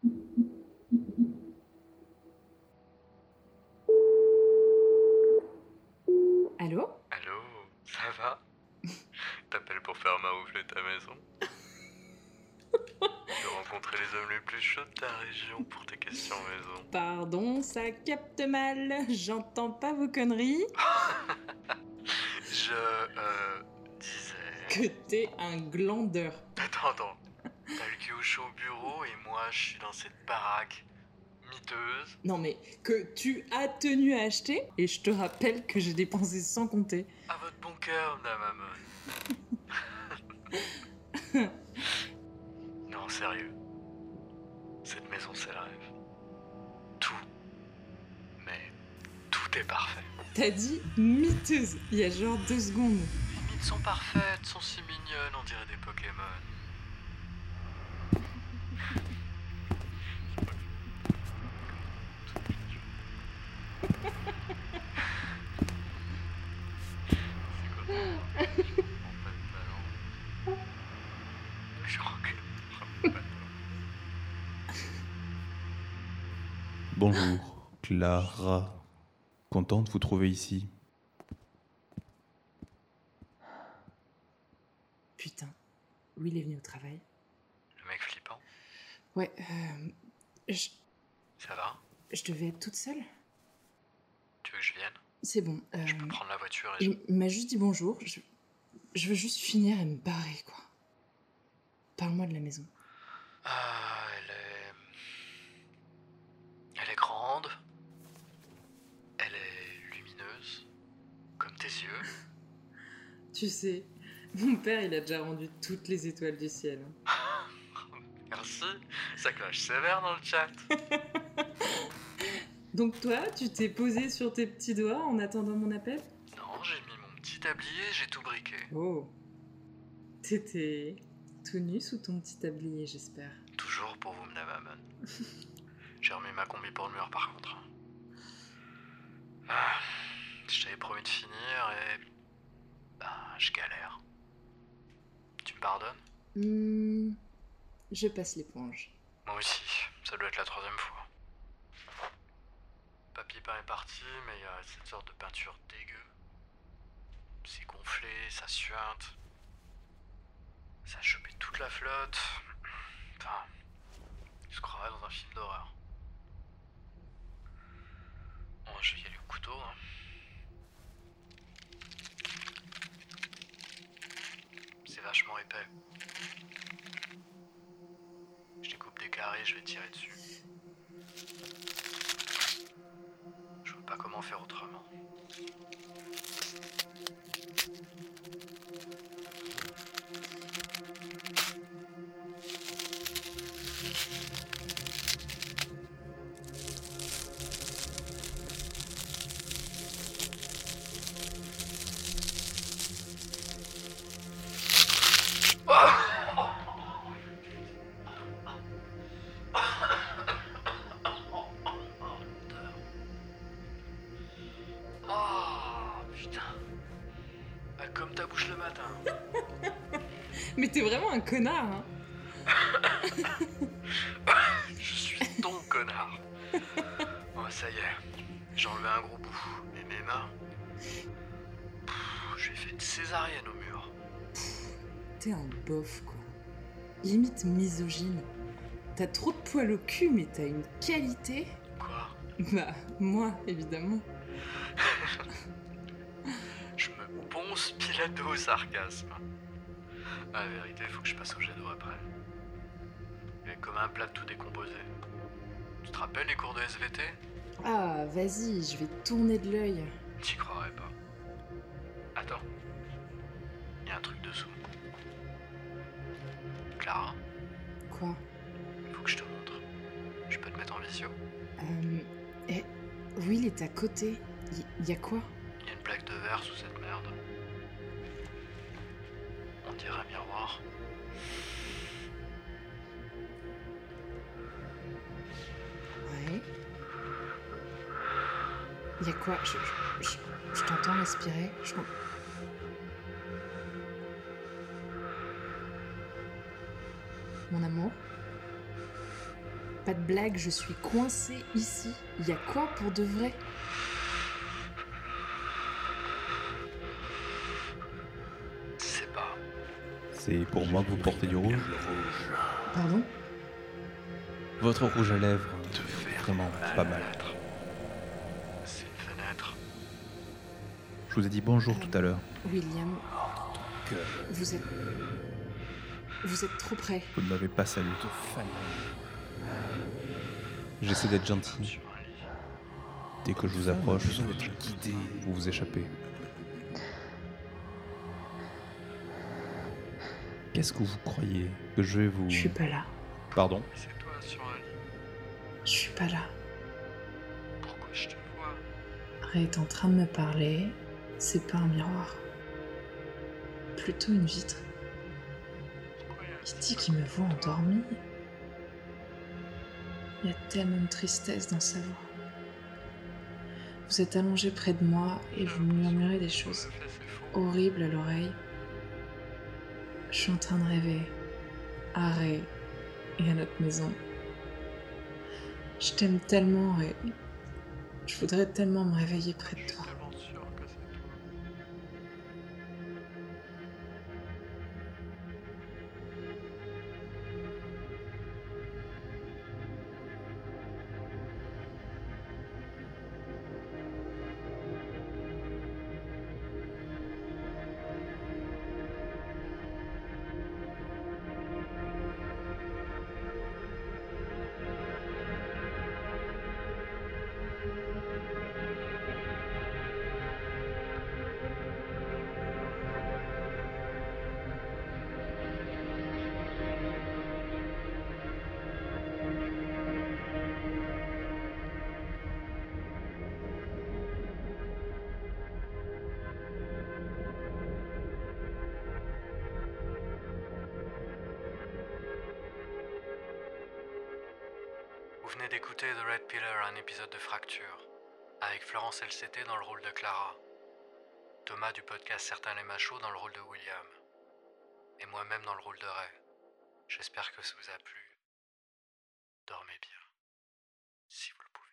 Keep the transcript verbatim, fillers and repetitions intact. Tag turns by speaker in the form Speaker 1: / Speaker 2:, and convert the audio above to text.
Speaker 1: Allô?
Speaker 2: Allô, ça va? T'appelles pour faire maroufler ta maison? Tu as rencontré les hommes les plus chauds de ta région pour tes questions maison.
Speaker 1: Pardon, ça capte mal. J'entends pas vos conneries.
Speaker 2: Je, euh, disais...
Speaker 1: Que t'es un glandeur.
Speaker 2: Attends, attends. T'as le cul au chaud au bureau et moi je suis dans cette baraque miteuse.
Speaker 1: Non mais que tu as tenu à acheter, et je te rappelle que j'ai dépensé sans compter.
Speaker 2: À votre bon cœur, madame Amon. Non, sérieux. Cette maison, c'est le rêve. Tout. Mais tout est parfait.
Speaker 1: T'as dit miteuse, il y a genre deux secondes.
Speaker 2: Les mythes sont parfaites, sont si mignonnes, on dirait des Pokémon.
Speaker 3: Bonjour, Clara. Content de vous trouver ici.
Speaker 1: Putain, Will est venu au travail.
Speaker 2: Le mec flippant.
Speaker 1: Ouais, euh... Je,
Speaker 2: Ça va?
Speaker 1: je devais être toute seule.
Speaker 2: Tu veux que je vienne?
Speaker 1: C'est bon. Euh,
Speaker 2: Je peux prendre la voiture et...
Speaker 1: il, il m'a juste dit bonjour. Je, je veux juste finir et me barrer, quoi. Parle-moi de la maison.
Speaker 2: Ah, elle est... Elle est grande. Elle est lumineuse. Comme tes yeux.
Speaker 1: Tu sais, mon père, il a déjà rendu toutes les étoiles du ciel.
Speaker 2: Merci. Ça clash sévère dans le chat.
Speaker 1: Donc toi, tu t'es posé sur tes petits doigts en attendant mon appel?
Speaker 2: Non, j'ai mis mon petit tablier, j'ai tout briqué.
Speaker 1: Oh. T'étais tout nu sous ton petit tablier, j'espère.
Speaker 2: Toujours pour vous, madame Amon. J'ai remis ma combi pour le mur, par contre. Ah, je t'avais promis de finir et... Ben, je galère. Tu me pardonnes?
Speaker 1: Hmm, je passe l'éponge.
Speaker 2: Moi aussi, ça doit être la troisième fois. Papy peint est parti, mais il y a cette sorte de peinture dégueu. C'est gonflé, ça suinte. Ça a chopé toute la flotte. Enfin, je se croirais dans un film d'horreur. Bon, je vais y aller au couteau. Hein. C'est vachement épais. Je découpe des carrés, je vais tirer dessus. Je vois pas comment faire autrement. Comme ta bouche le matin.
Speaker 1: Mais t'es vraiment un connard, hein.
Speaker 2: Je suis ton connard. Bon, ça y est. J'ai enlevé un gros bout. Mais mes mains... J'ai fait une césarienne au mur.
Speaker 1: T'es un bof, quoi. Limite misogyne. T'as trop de poils au cul, mais t'as une qualité.
Speaker 2: Quoi?
Speaker 1: Bah, moi, évidemment.
Speaker 2: Je me ponce pilato au sarcasme. Ah, la vérité, faut que je passe au jet d'eau après. Il est comme un plat tout décomposé. Tu te rappelles les cours de S V T?
Speaker 1: Ah, vas-y, je vais tourner de l'œil.
Speaker 2: T'y croirais pas. Attends. Il y a un truc dessous. Clara,
Speaker 1: Quoi?
Speaker 2: faut que je te montre. Je peux te mettre en visio.
Speaker 1: Euh... Eh, Will est à côté. Y, y a quoi?
Speaker 2: Il y a une plaque de verre sous cette merde. On dirait un miroir.
Speaker 1: Ouais. Y a quoi? Je, je, je, je t'entends respirer. Je... Mon amour? Pas de blague, je suis coincée ici. Y a quoi pour de vrai?
Speaker 2: C'est pas.
Speaker 3: C'est pour moi que vous portez du rouge.
Speaker 1: Pardon?
Speaker 3: Votre rouge à lèvres, vraiment pas mal.
Speaker 2: C'est une fenêtre.
Speaker 3: Je vous ai dit bonjour tout à l'heure.
Speaker 1: William, vous êtes... Vous êtes trop près.
Speaker 3: Vous ne m'avez pas salué. J'essaie d'être gentil.
Speaker 2: Sur un lit.
Speaker 3: Dès que je vous approche, vous vous échappez. Qu'est-ce que vous croyez? Que je vais vous...
Speaker 1: Je suis pas là.
Speaker 3: Pardon?
Speaker 2: Mais c'est toi sur un lit.
Speaker 1: Je suis pas là.
Speaker 2: Pourquoi je te vois?
Speaker 1: Ray est en train de me parler. C'est pas un miroir. Plutôt une vitre.
Speaker 2: Pourquoi y a
Speaker 1: Il dit qu'il me voit endormi. Il y a tellement de tristesse dans sa voix. Vous êtes allongé près de moi et vous me murmurez des choses horribles à l'oreille. Je suis en train de rêver à Ray et à notre maison. Je t'aime tellement, Ray. Je voudrais tellement me réveiller près
Speaker 2: Je
Speaker 1: de
Speaker 2: suis
Speaker 1: toi.
Speaker 2: tellement sûr que c'est toi. Vous venez d'écouter The Red Pillar, un épisode de Fracture, avec Florence L C T dans le rôle de Clara, Thomas du podcast Certains les Machos dans le rôle de William, et moi-même dans le rôle de Ray. J'espère que ça vous a plu. Dormez bien, si vous le pouvez.